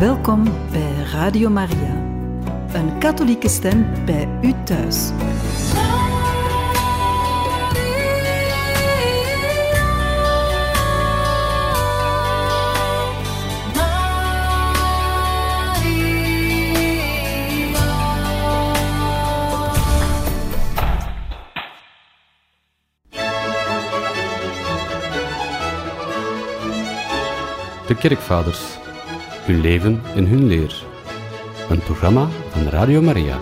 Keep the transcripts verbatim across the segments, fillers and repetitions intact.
Welkom bij Radio Maria, een katholieke stem bij u thuis. De Kerkvaders, hun leven en hun leer. Een programma van Radio Maria.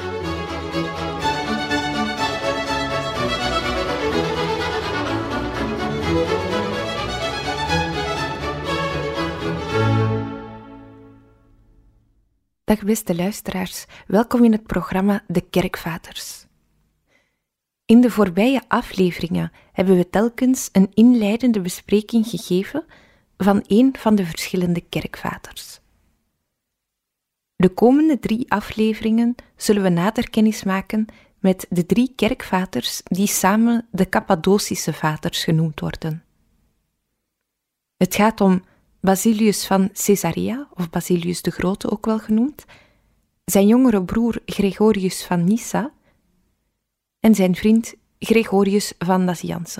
Dag beste luisteraars, welkom in het programma De Kerkvaders. In de voorbije afleveringen hebben we telkens een inleidende bespreking gegeven van een van de verschillende kerkvaders. De komende drie afleveringen zullen we nader kennis maken met de drie kerkvaders die samen de Cappadocische vaders genoemd worden. Het gaat om Basilius van Caesarea, of Basilius de Grote ook wel genoemd, zijn jongere broer Gregorius van Nyssa en zijn vriend Gregorius van Nazianze.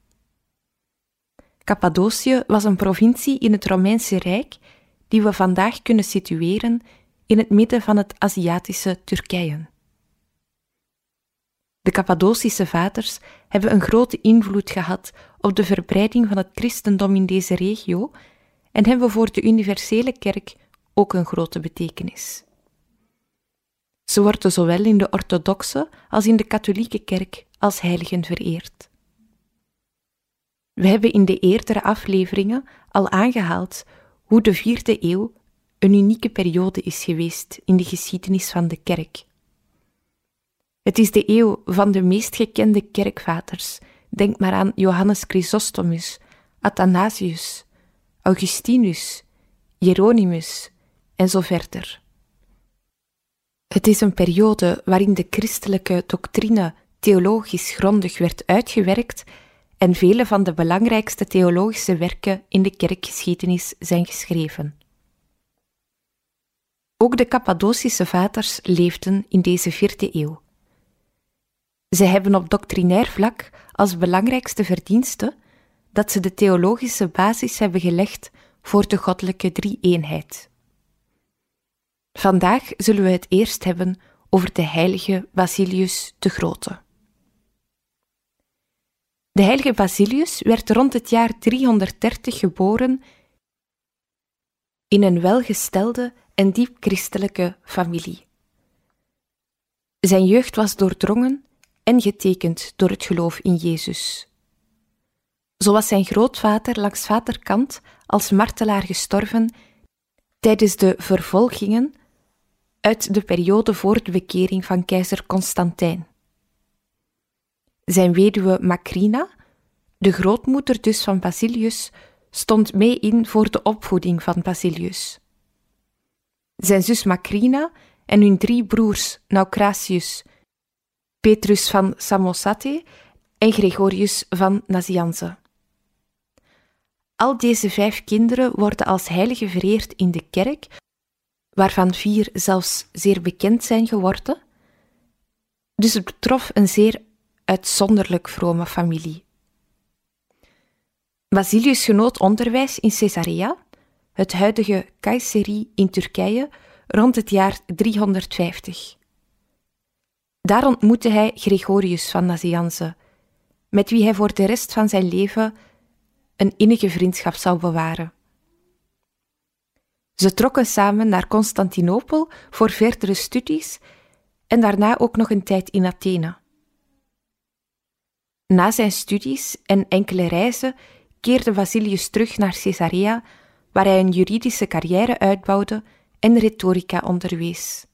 Cappadocië was een provincie in het Romeinse Rijk die we vandaag kunnen situeren in het midden van het Aziatische Turkije. De Cappadocische vaders hebben een grote invloed gehad op de verbreiding van het christendom in deze regio en hebben voor de universele kerk ook een grote betekenis. Ze worden zowel in de orthodoxe als in de katholieke kerk als heiligen vereerd. We hebben in de eerdere afleveringen al aangehaald hoe de vierde eeuw een unieke periode is geweest in de geschiedenis van de kerk. Het is de eeuw van de meest gekende kerkvaders. Denk maar aan Johannes Chrysostomus, Athanasius, Augustinus, Hieronymus en zo verder. Het is een periode waarin de christelijke doctrine theologisch grondig werd uitgewerkt en vele van de belangrijkste theologische werken in de kerkgeschiedenis zijn geschreven. Ook de Cappadocische vaders leefden in deze vierde eeuw. Zij hebben op doctrinair vlak als belangrijkste verdienste dat ze de theologische basis hebben gelegd voor de goddelijke drie-eenheid. Vandaag zullen we het eerst hebben over de heilige Basilius de Grote. De heilige Basilius werd rond het jaar driehonderddertig geboren in een welgestelde en diep christelijke familie. Zijn jeugd was doordrongen en getekend door het geloof in Jezus. Zo was zijn grootvader langs vaderkant als martelaar gestorven tijdens de vervolgingen uit de periode voor de bekering van keizer Constantijn. Zijn weduwe Macrina, de grootmoeder dus van Basilius, stond mee in voor de opvoeding van Basilius. Zijn zus Macrina en hun drie broers Naucratius, Petrus van Samosate en Gregorius van Nazianze. Al deze vijf kinderen worden als heiligen vereerd in de kerk, waarvan vier zelfs zeer bekend zijn geworden. Dus het betrof een zeer uitzonderlijk vrome familie. Basilius genoot onderwijs in Caesarea, het huidige Kayseri in Turkije, rond het jaar driehonderdvijftig. Daar ontmoette hij Gregorius van Nazianze, met wie hij voor de rest van zijn leven een innige vriendschap zou bewaren. Ze trokken samen naar Constantinopel voor verdere studies en daarna ook nog een tijd in Athene. Na zijn studies en enkele reizen keerde Basilius terug naar Caesarea, waar hij een juridische carrière uitbouwde en retorica onderwees.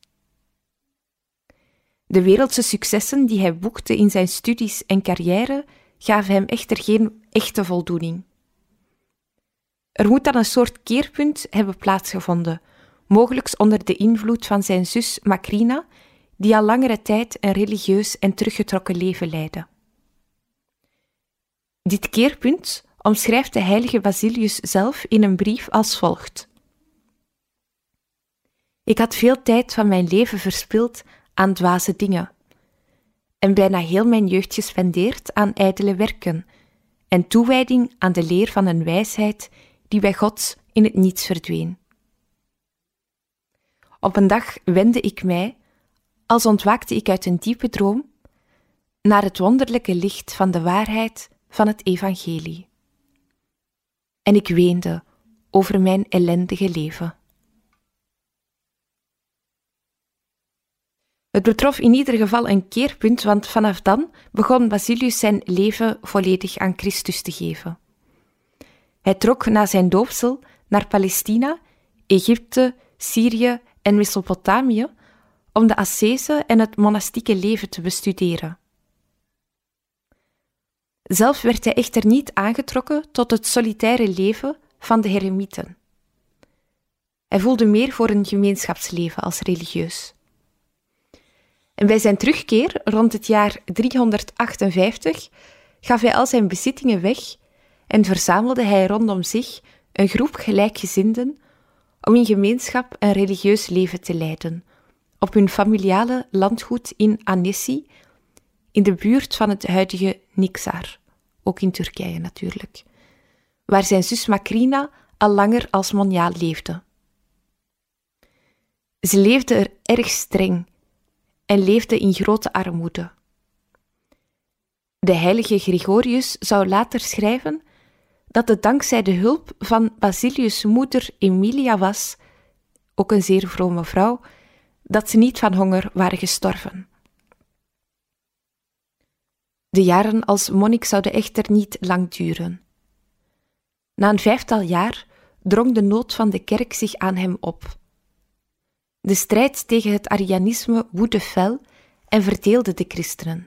De wereldse successen die hij boekte in zijn studies en carrière gaven hem echter geen echte voldoening. Er moet dan een soort keerpunt hebben plaatsgevonden, mogelijk onder de invloed van zijn zus Macrina, die al langere tijd een religieus en teruggetrokken leven leidde. Dit keerpunt omschrijft de heilige Basilius zelf in een brief als volgt. Ik had veel tijd van mijn leven verspild aan dwaze dingen en bijna heel mijn jeugd gespendeerd aan ijdele werken en toewijding aan de leer van een wijsheid die bij God in het niets verdween. Op een dag wendde ik mij, als ontwaakte ik uit een diepe droom, naar het wonderlijke licht van de waarheid van het evangelie. En ik weende over mijn ellendige leven. Het betrof in ieder geval een keerpunt, want vanaf dan begon Basilius zijn leven volledig aan Christus te geven. Hij trok na zijn doopsel naar Palestina, Egypte, Syrië en Mesopotamië om de ascese en het monastieke leven te bestuderen. Zelf werd hij echter niet aangetrokken tot het solitaire leven van de heremieten. Hij voelde meer voor een gemeenschapsleven als religieus. En bij zijn terugkeer rond het jaar driehonderdachtenvijftig gaf hij al zijn bezittingen weg en verzamelde hij rondom zich een groep gelijkgezinden om in gemeenschap een religieus leven te leiden, op hun familiale landgoed in Annecy, in de buurt van het huidige Niksar, ook in Turkije natuurlijk, waar zijn zus Makrina al langer als moniaal leefde. Ze leefde er erg streng en leefde in grote armoede. De heilige Gregorius zou later schrijven dat het dankzij de hulp van Basilius' moeder Emilia was, ook een zeer vrome vrouw, dat ze niet van honger waren gestorven. De jaren als monnik zouden echter niet lang duren. Na een vijftal jaar drong de nood van de kerk zich aan hem op. De strijd tegen het Arianisme woedde fel en verdeelde de christenen.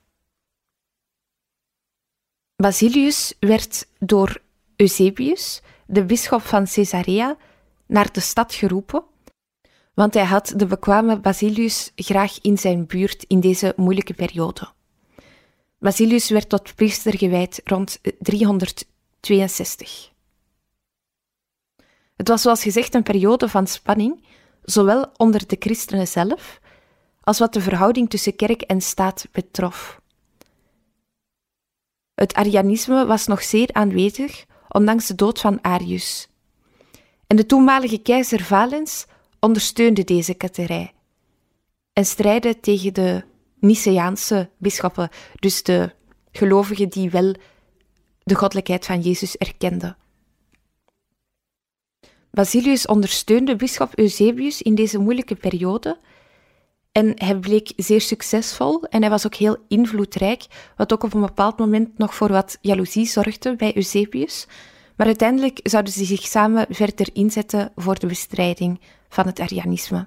Basilius werd door Eusebius, de bisschop van Caesarea, naar de stad geroepen, want hij had de bekwame Basilius graag in zijn buurt in deze moeilijke periode. Basilius werd tot priester gewijd rond driehonderdtweeënzestig. Het was zoals gezegd een periode van spanning, zowel onder de christenen zelf, als wat de verhouding tussen kerk en staat betrof. Het Arianisme was nog zeer aanwezig, ondanks de dood van Arius. En de toenmalige keizer Valens ondersteunde deze ketterij en strijdde tegen de Niceaanse bisschoppen, dus de gelovigen die wel de goddelijkheid van Jezus erkenden. Basilius ondersteunde bisschop Eusebius in deze moeilijke periode en hij bleek zeer succesvol en hij was ook heel invloedrijk, wat ook op een bepaald moment nog voor wat jaloezie zorgde bij Eusebius, maar uiteindelijk zouden ze zich samen verder inzetten voor de bestrijding van het Arianisme.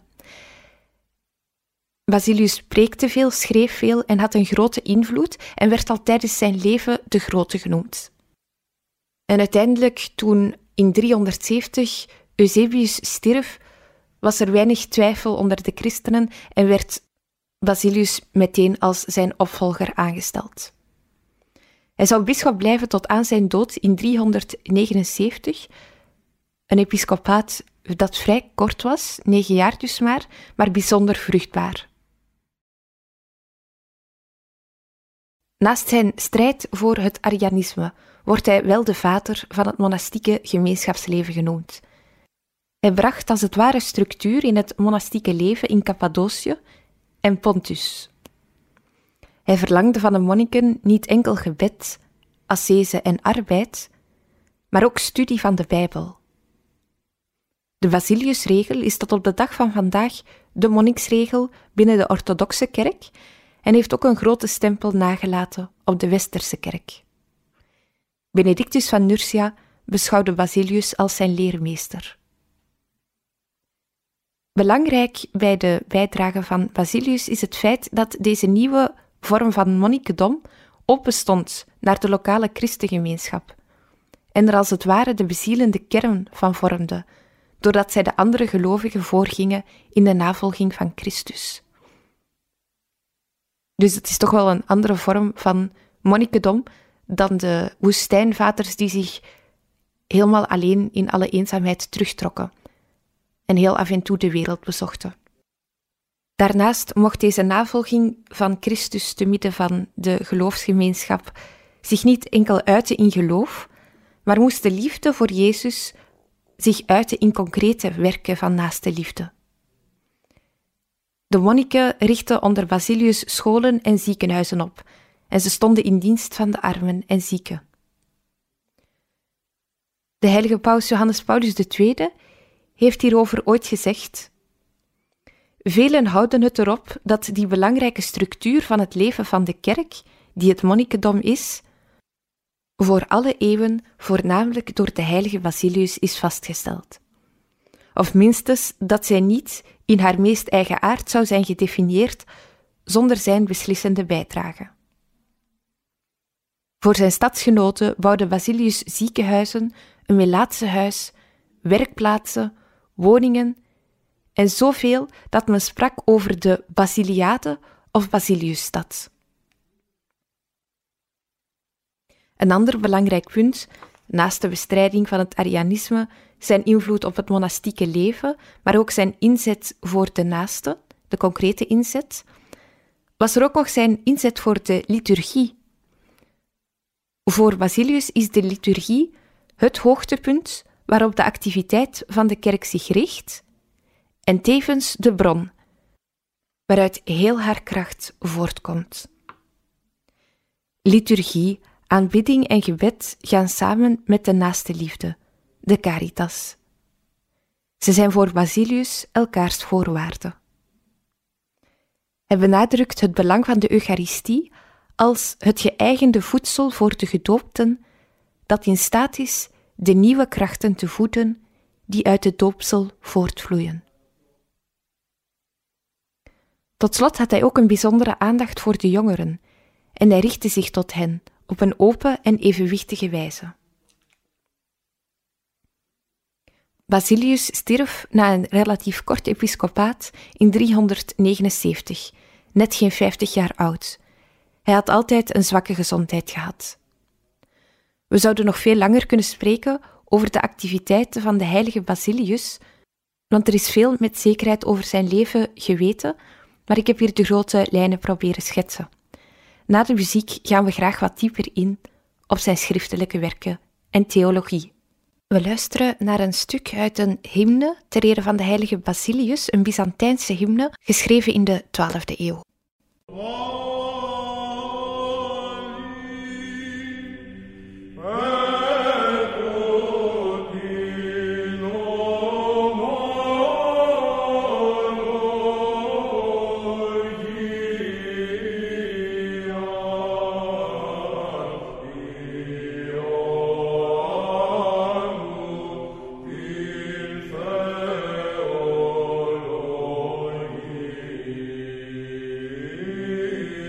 Basilius preekte veel, schreef veel en had een grote invloed en werd al tijdens zijn leven de Grote genoemd. En uiteindelijk, toen in driehonderdzeventig Eusebius stierf, was er weinig twijfel onder de christenen en werd Basilius meteen als zijn opvolger aangesteld. Hij zou bisschop blijven tot aan zijn dood in driehonderdnegenenzeventig, een episcopaat dat vrij kort was, negen jaar dus maar, maar bijzonder vruchtbaar. Naast zijn strijd voor het Arianisme wordt hij wel de vader van het monastieke gemeenschapsleven genoemd. Hij bracht als het ware structuur in het monastieke leven in Cappadocië en Pontus. Hij verlangde van de monniken niet enkel gebed, ascese en arbeid, maar ook studie van de Bijbel. De Basiliusregel is tot op de dag van vandaag de monniksregel binnen de orthodoxe kerk en heeft ook een grote stempel nagelaten op de Westerse kerk. Benedictus van Nursia beschouwde Basilius als zijn leermeester. Belangrijk bij de bijdrage van Basilius is het feit dat deze nieuwe vorm van monnikendom openstond naar de lokale christengemeenschap en er als het ware de bezielende kern van vormde, doordat zij de andere gelovigen voorgingen in de navolging van Christus. Dus het is toch wel een andere vorm van monnikendom dan de woestijnvaters die zich helemaal alleen in alle eenzaamheid terugtrokken. en heel af en toe de wereld bezochten. Daarnaast mocht deze navolging van Christus te midden van de geloofsgemeenschap zich niet enkel uiten in geloof, maar moest de liefde voor Jezus zich uiten in concrete werken van naaste liefde. De monniken richtten onder Basilius scholen en ziekenhuizen op en ze stonden in dienst van de armen en zieken. De heilige paus Johannes Paulus de Tweede heeft hierover ooit gezegd: velen houden het erop dat die belangrijke structuur van het leven van de kerk, die het monnikendom is, voor alle eeuwen voornamelijk door de heilige Basilius is vastgesteld. Of minstens dat zij niet in haar meest eigen aard zou zijn gedefinieerd zonder zijn beslissende bijdrage. Voor zijn stadsgenoten bouwde Basilius ziekenhuizen, een melaatsenhuis, werkplaatsen, woningen en zoveel dat men sprak over de Basiliade of Basiliusstad. Een ander belangrijk punt, naast de bestrijding van het Arianisme, zijn invloed op het monastieke leven, maar ook zijn inzet voor de naaste, de concrete inzet, was er ook nog zijn inzet voor de liturgie. Voor Basilius is de liturgie het hoogtepunt waarop de activiteit van de kerk zich richt en tevens de bron, waaruit heel haar kracht voortkomt. Liturgie, aanbidding en gebed gaan samen met de naaste liefde, de caritas. Ze zijn voor Basilius elkaars voorwaarden. Hij benadrukt het belang van de Eucharistie als het geëigende voedsel voor de gedoopten dat in staat is de nieuwe krachten te voeden die uit de doopsel voortvloeien. Tot slot had hij ook een bijzondere aandacht voor de jongeren en hij richtte zich tot hen op een open en evenwichtige wijze. Basilius stierf na een relatief kort episcopaat in driehonderdnegenenzeventig, net geen vijftig jaar oud. Hij had altijd een zwakke gezondheid gehad. We zouden nog veel langer kunnen spreken over de activiteiten van de heilige Basilius, want er is veel met zekerheid over zijn leven geweten, maar ik heb hier de grote lijnen proberen schetsen. Na de muziek gaan we graag wat dieper in op zijn schriftelijke werken en theologie. We luisteren naar een stuk uit een hymne ter ere van de heilige Basilius, een Byzantijnse hymne, geschreven in de twaalfde eeuw. Yeah.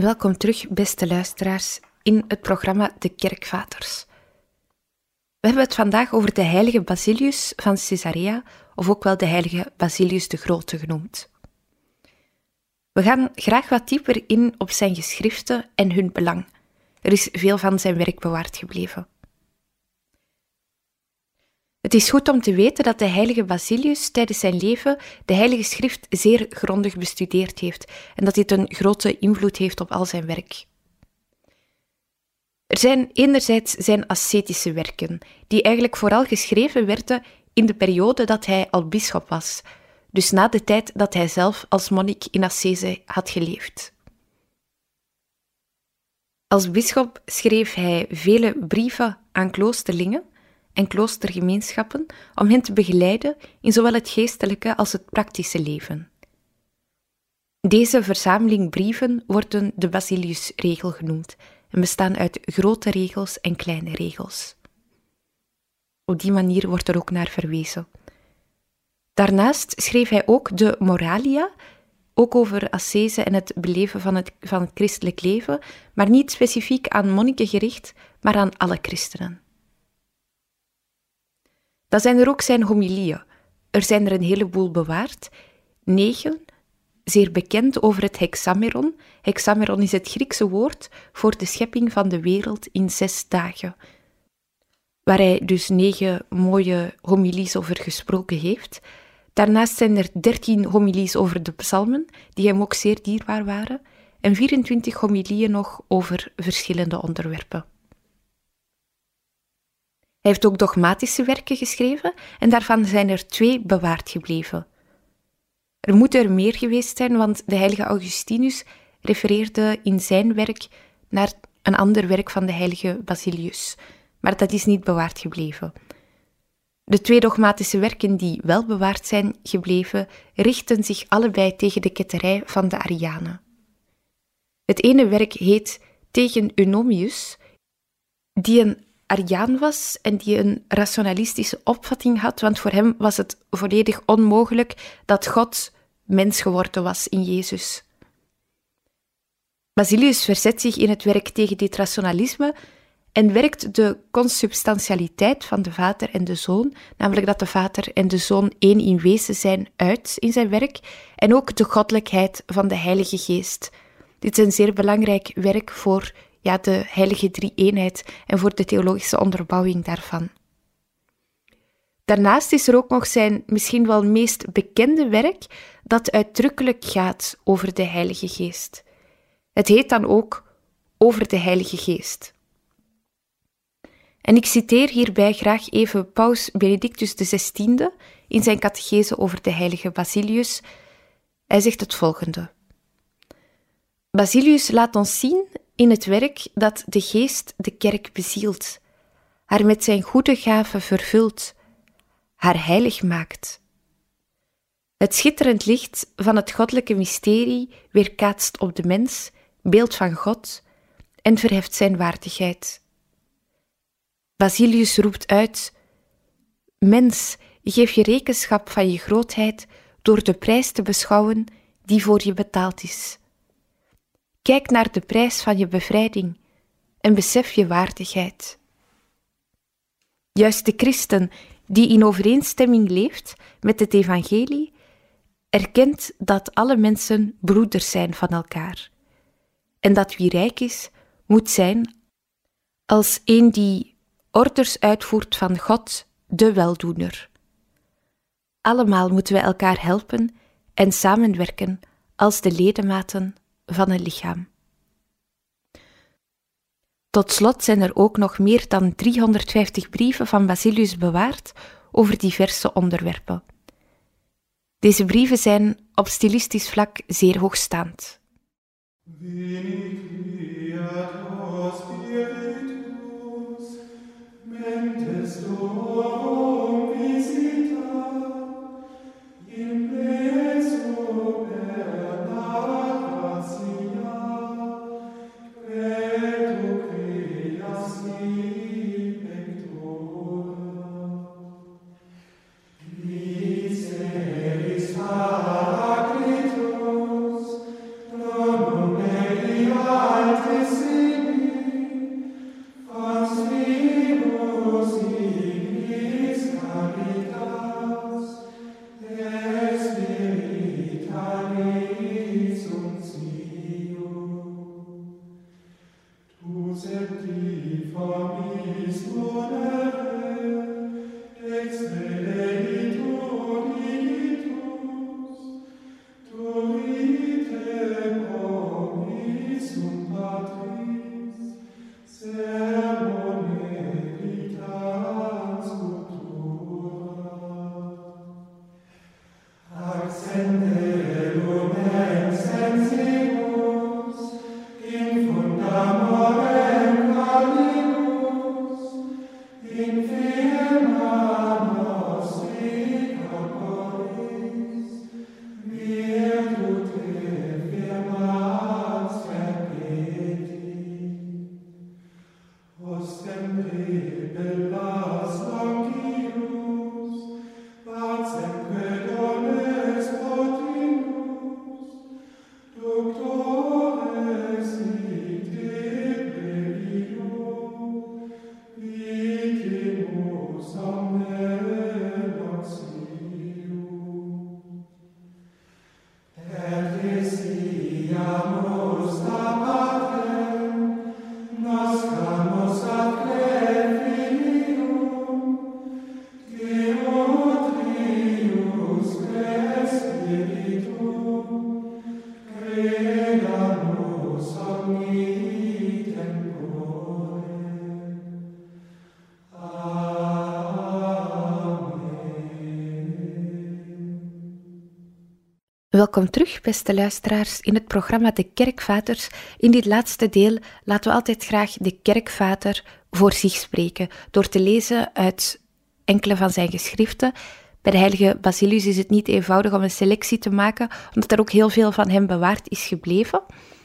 welkom terug, beste luisteraars, in het programma De Kerkvaders. We hebben het vandaag over de heilige Basilius van Caesarea, of ook wel de heilige Basilius de Grote genoemd. We gaan graag wat dieper in op zijn geschriften en hun belang. Er is veel van zijn werk bewaard gebleven. Het is goed om te weten dat de heilige Basilius tijdens zijn leven de heilige schrift zeer grondig bestudeerd heeft en dat dit een grote invloed heeft op al zijn werk. Er zijn enerzijds zijn ascetische werken, die eigenlijk vooral geschreven werden in de periode dat hij al bisschop was, dus na de tijd dat hij zelf als monnik in ascese had geleefd. Als bisschop schreef hij vele brieven aan kloosterlingen en kloostergemeenschappen om hen te begeleiden in zowel het geestelijke als het praktische leven. Deze verzameling brieven worden de Basiliusregel genoemd en bestaan uit grote regels en kleine regels. Op die manier wordt er ook naar verwezen. Daarnaast schreef hij ook de Moralia, ook over ascese en het beleven van het, van het christelijk leven, maar niet specifiek aan monniken gericht, maar aan alle christenen. Dan zijn er ook zijn homilieën. Er zijn er een heleboel bewaard. Negen, zeer bekend over het hexameron. Hexameron is het Griekse woord voor de schepping van de wereld in zes dagen. Waar hij dus negen mooie homilies over gesproken heeft. Daarnaast zijn er dertien homilies over de psalmen, die hem ook zeer dierbaar waren, en vierentwintig homilieën nog over verschillende onderwerpen. Hij heeft ook dogmatische werken geschreven en daarvan zijn er twee bewaard gebleven. Er moeten er meer geweest zijn, want de heilige Augustinus refereerde in zijn werk naar een ander werk van de heilige Basilius, maar dat is niet bewaard gebleven. De twee dogmatische werken die wel bewaard zijn gebleven, richten zich allebei tegen de ketterij van de Arianen. Het ene werk heet Tegen Eunomius, die een Ariaan was en die een rationalistische opvatting had, want voor hem was het volledig onmogelijk dat God mens geworden was in Jezus. Basilius verzet zich in het werk tegen dit rationalisme en werkt de consubstantialiteit van de Vader en de Zoon, namelijk dat de Vader en de Zoon één in wezen zijn, uit in zijn werk, en ook de goddelijkheid van de Heilige Geest. Dit is een zeer belangrijk werk voor ja, de heilige drie-eenheid en voor de theologische onderbouwing daarvan. Daarnaast is er ook nog zijn misschien wel meest bekende werk dat uitdrukkelijk gaat over de Heilige Geest. Het heet dan ook Over de Heilige Geest. En ik citeer hierbij graag even Paus Benedictus de zestiende in zijn catechese over de heilige Basilius. Hij zegt het volgende. Basilius laat ons zien in het werk dat de Geest de kerk bezielt, haar met zijn goede gaven vervult, haar heilig maakt. Het schitterend licht van het goddelijke mysterie weerkaatst op de mens, beeld van God, en verheft zijn waardigheid. Basilius roept uit: Mens, geef je rekenschap van je grootheid door de prijs te beschouwen die voor je betaald is. Kijk naar de prijs van je bevrijding en besef je waardigheid. Juist de christen die in overeenstemming leeft met het evangelie, erkent dat alle mensen broeders zijn van elkaar en dat wie rijk is, moet zijn als een die orders uitvoert van God, de weldoener. Allemaal moeten we elkaar helpen en samenwerken als de ledematen van een lichaam. Tot slot zijn er ook nog meer dan driehonderdvijftig brieven van Basilius bewaard over diverse onderwerpen. Deze brieven zijn op stilistisch vlak zeer hoogstaand. Gloria Welkom terug, beste luisteraars, in het programma De Kerkvaders. In dit laatste deel laten we altijd graag de kerkvader voor zich spreken, door te lezen uit enkele van zijn geschriften. Bij de heilige Basilius is het niet eenvoudig om een selectie te maken, omdat er ook heel veel van hem bewaard is gebleven.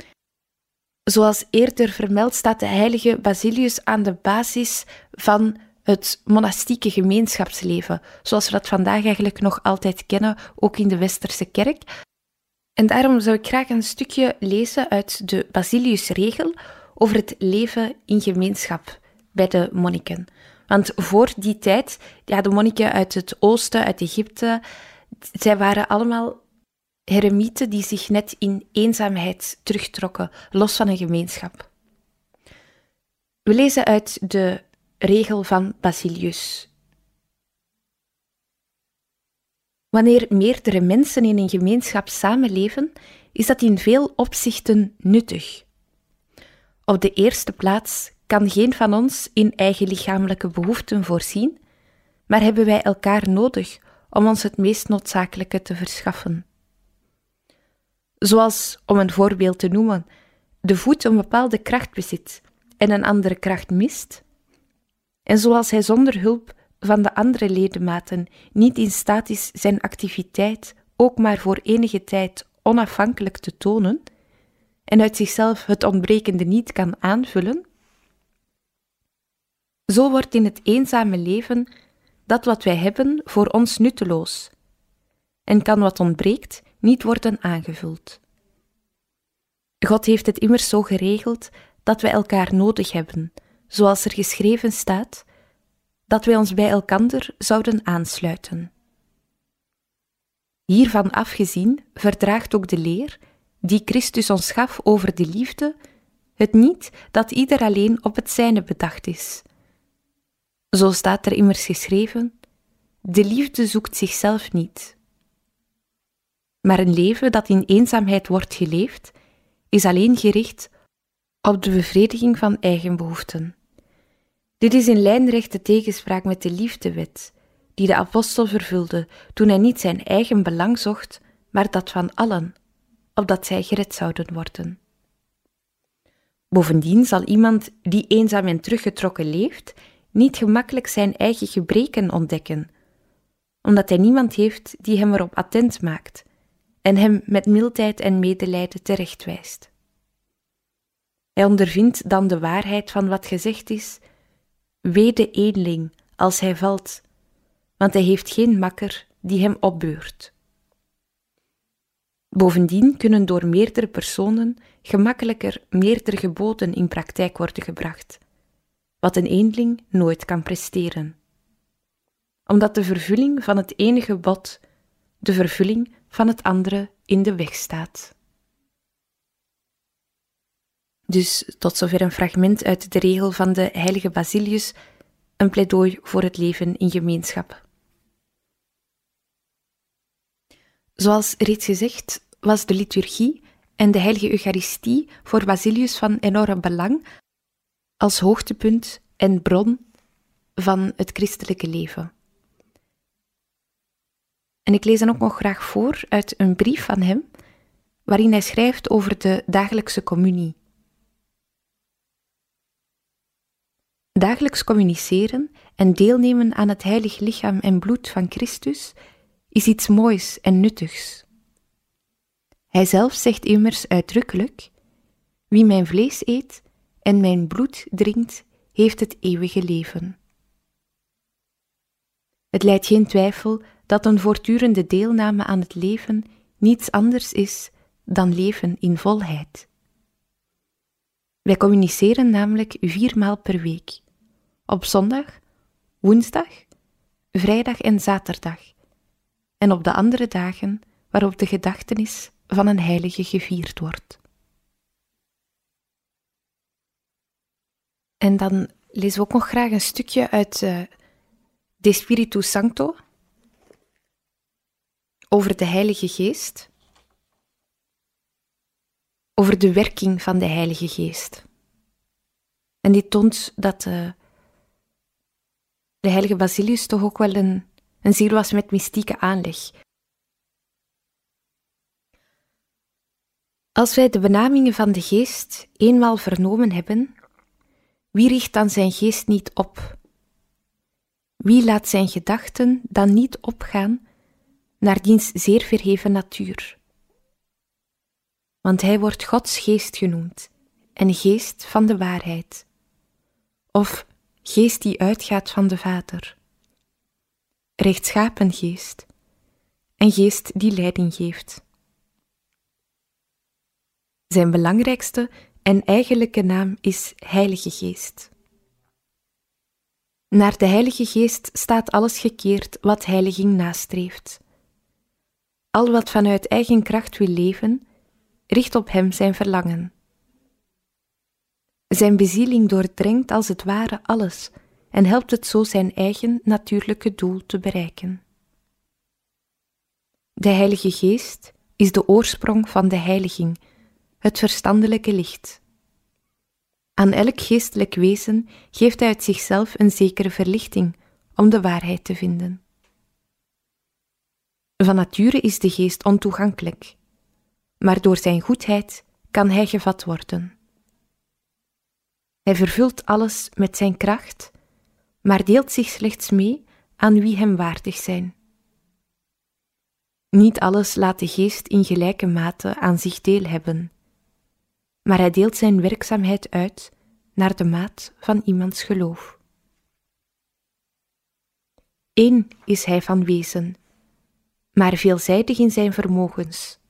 Zoals eerder vermeld staat de heilige Basilius aan de basis van het monastieke gemeenschapsleven, zoals we dat vandaag eigenlijk nog altijd kennen, ook in de Westerse kerk. En daarom zou ik graag een stukje lezen uit de Basiliusregel over het leven in gemeenschap bij de monniken. Want voor die tijd, ja, de monniken uit het oosten, uit Egypte, zij waren allemaal heremieten die zich net in eenzaamheid terugtrokken, los van een gemeenschap. We lezen uit de regel van Basilius. Wanneer meerdere mensen in een gemeenschap samenleven, is dat in veel opzichten nuttig. Op de eerste plaats kan geen van ons in eigen lichamelijke behoeften voorzien, maar hebben wij elkaar nodig om ons het meest noodzakelijke te verschaffen. Zoals, om een voorbeeld te noemen, de voet een bepaalde kracht bezit en een andere kracht mist, en zoals hij zonder hulp van de andere ledematen niet in staat is zijn activiteit ook maar voor enige tijd onafhankelijk te tonen en uit zichzelf het ontbrekende niet kan aanvullen, zo wordt in het eenzame leven dat wat wij hebben voor ons nutteloos en kan wat ontbreekt niet worden aangevuld. God heeft het immers zo geregeld dat wij elkaar nodig hebben, zoals er geschreven staat, dat wij ons bij elkander zouden aansluiten. Hiervan afgezien verdraagt ook de leer, die Christus ons gaf over de liefde, het niet dat ieder alleen op het zijne bedacht is. Zo staat er immers geschreven, de liefde zoekt zichzelf niet. Maar een leven dat in eenzaamheid wordt geleefd, is alleen gericht op de bevrediging van eigen behoeften. Dit is in lijnrechte tegenspraak met de liefdewet, die de apostel vervulde toen hij niet zijn eigen belang zocht, maar dat van allen, opdat zij gered zouden worden. Bovendien zal iemand die eenzaam en teruggetrokken leeft, niet gemakkelijk zijn eigen gebreken ontdekken, omdat hij niemand heeft die hem erop attent maakt en hem met mildheid en medelijden terechtwijst. Hij ondervindt dan de waarheid van wat gezegd is, wee de eenling als hij valt, want hij heeft geen makker die hem opbeurt. Bovendien kunnen door meerdere personen gemakkelijker meerdere geboden in praktijk worden gebracht, wat een eenling nooit kan presteren. Omdat de vervulling van het ene gebod de vervulling van het andere in de weg staat. Dus tot zover een fragment uit de regel van de heilige Basilius, een pleidooi voor het leven in gemeenschap. Zoals reeds gezegd, was de liturgie en de heilige Eucharistie voor Basilius van enorm belang als hoogtepunt en bron van het christelijke leven. En ik lees dan ook nog graag voor uit een brief van hem, waarin hij schrijft over de dagelijkse communie. Dagelijks communiceren en deelnemen aan het heilig lichaam en bloed van Christus is iets moois en nuttigs. Hij zelf zegt immers uitdrukkelijk: wie mijn vlees eet en mijn bloed drinkt, heeft het eeuwige leven. Het lijdt geen twijfel dat een voortdurende deelname aan het leven niets anders is dan leven in volheid. Wij communiceren namelijk viermaal per week, op zondag, woensdag, vrijdag en zaterdag, en op de andere dagen waarop de gedachtenis van een heilige gevierd wordt. En dan lezen we ook nog graag een stukje uit uh, De Spiritu Sancto, over de Heilige Geest, over de werking van de Heilige Geest. En dit toont dat uh, de heilige Basilius toch ook wel een, een ziel was met mystieke aanleg. Als wij de benamingen van de Geest eenmaal vernomen hebben, wie richt dan zijn geest niet op? Wie laat zijn gedachten dan niet opgaan naar diens zeer verheven natuur? Want hij wordt Gods geest genoemd en geest van de waarheid, of geest die uitgaat van de Vader, rechtschapen geest en geest die leiding geeft. Zijn belangrijkste en eigenlijke naam is Heilige Geest. Naar de Heilige Geest staat alles gekeerd wat heiliging nastreeft. Al wat vanuit eigen kracht wil leven, richt op hem zijn verlangen. Zijn bezieling doordrenkt als het ware alles en helpt het zo zijn eigen natuurlijke doel te bereiken. De Heilige Geest is de oorsprong van de heiliging, het verstandelijke licht. Aan elk geestelijk wezen geeft hij uit zichzelf een zekere verlichting om de waarheid te vinden. Van nature is de geest ontoegankelijk, maar door zijn goedheid kan hij gevat worden. Hij vervult alles met zijn kracht, maar deelt zich slechts mee aan wie hem waardig zijn. Niet alles laat de geest in gelijke mate aan zich deel hebben, maar hij deelt zijn werkzaamheid uit naar de maat van iemands geloof. Eén is hij van wezen, maar veelzijdig in zijn vermogens.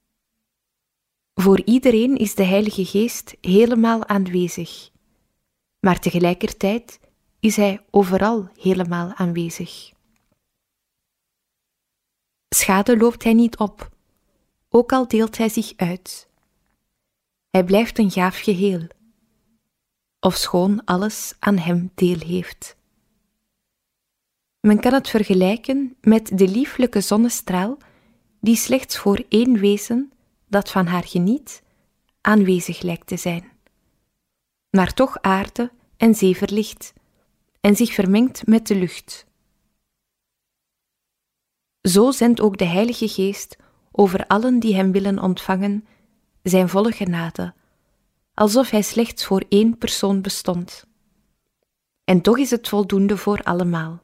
Voor iedereen is de Heilige Geest helemaal aanwezig, maar tegelijkertijd is hij overal helemaal aanwezig. Schade loopt hij niet op, ook al deelt hij zich uit. Hij blijft een gaaf geheel, ofschoon alles aan hem deel heeft. Men kan het vergelijken met de lieflijke zonnestraal die slechts voor één wezen, dat van haar geniet, aanwezig lijkt te zijn, maar toch aarde en zee verlicht en zich vermengt met de lucht. Zo zendt ook de Heilige Geest over allen die hem willen ontvangen zijn volle genade, alsof hij slechts voor één persoon bestond. En toch is het voldoende voor allemaal.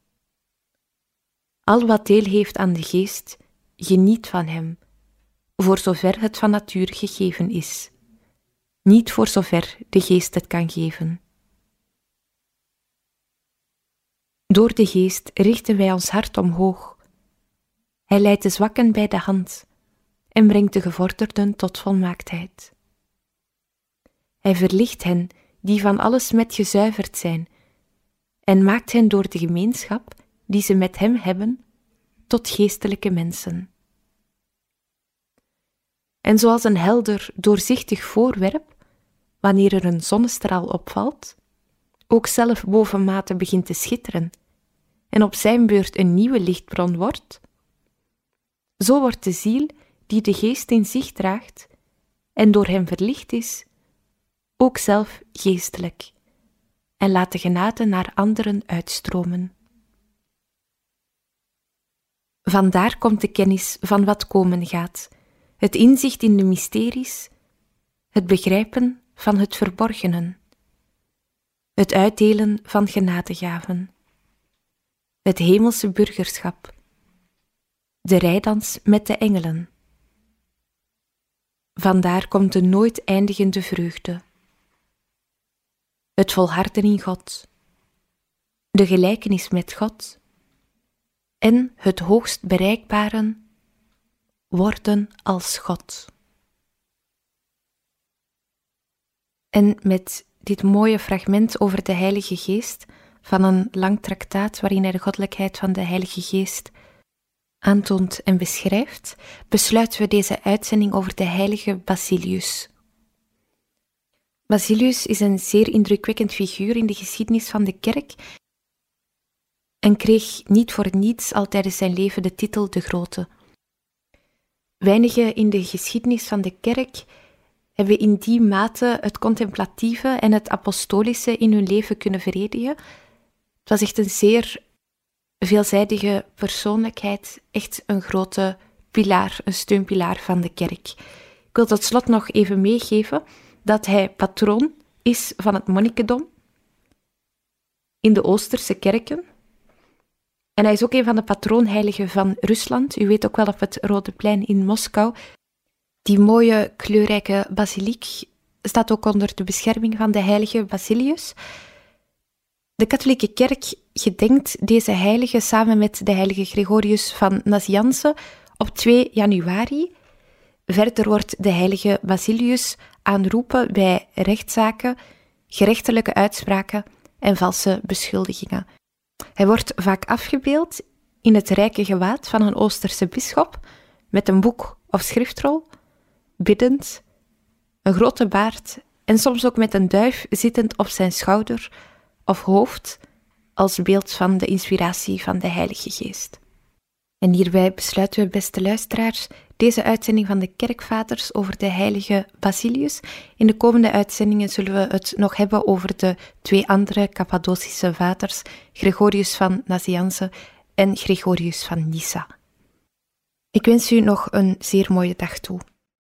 Al wat deel heeft aan de Geest, geniet van hem, voor zover het van natuur gegeven is, niet voor zover de Geest het kan geven. Door de Geest richten wij ons hart omhoog. Hij leidt de zwakken bij de hand en brengt de gevorderden tot volmaaktheid. Hij verlicht hen die van alles met gezuiverd zijn en maakt hen door de gemeenschap die ze met hem hebben tot geestelijke mensen. En zoals een helder, doorzichtig voorwerp, wanneer er een zonnestraal opvalt, ook zelf bovenmate begint te schitteren en op zijn beurt een nieuwe lichtbron wordt, zo wordt de ziel die de Geest in zich draagt en door hem verlicht is, ook zelf geestelijk, en laat de genade naar anderen uitstromen. Vandaar komt de kennis van wat komen gaat, het inzicht in de mysteries, het begrijpen van het verborgenen. het uitdelen van genadegaven, het hemelse burgerschap, de rijdans met de engelen. Vandaar komt de nooit eindigende vreugde, het volharden in God, de gelijkenis met God en het hoogst bereikbare worden als God. En met dit mooie fragment over de Heilige Geest van een lang traktaat waarin hij de goddelijkheid van de Heilige Geest aantoont en beschrijft, besluiten we deze uitzending over de heilige Basilius. Basilius is een zeer indrukwekkend figuur in de geschiedenis van de kerk en kreeg niet voor niets al tijdens zijn leven de titel de Grote. Weinigen in de geschiedenis van de kerk hebben in die mate het contemplatieve en het apostolische in hun leven kunnen verenigen. Het was echt een zeer veelzijdige persoonlijkheid, echt een grote pilaar, een steunpilaar van de kerk. Ik wil tot slot nog even meegeven dat hij patroon is van het monnikendom in de Oosterse kerken. En hij is ook een van de patroonheiligen van Rusland. U weet ook wel op het Rode Plein in Moskou. Die mooie, kleurrijke basiliek staat ook onder de bescherming van de heilige Basilius. De katholieke kerk gedenkt deze heilige samen met de heilige Gregorius van Nazianze op twee januari. Verder wordt de heilige Basilius aanroepen bij rechtszaken, gerechtelijke uitspraken en valse beschuldigingen. Hij wordt vaak afgebeeld in het rijke gewaad van een Oosterse bisschop met een boek of schriftrol, biddend, een grote baard en soms ook met een duif zittend op zijn schouder of hoofd als beeld van de inspiratie van de Heilige Geest. En hierbij besluiten we, beste luisteraars, deze uitzending van de kerkvaders over de heilige Basilius. In de komende uitzendingen zullen we het nog hebben over de twee andere Cappadocische vaders, Gregorius van Nazianze en Gregorius van Nyssa. Ik wens u nog een zeer mooie dag toe.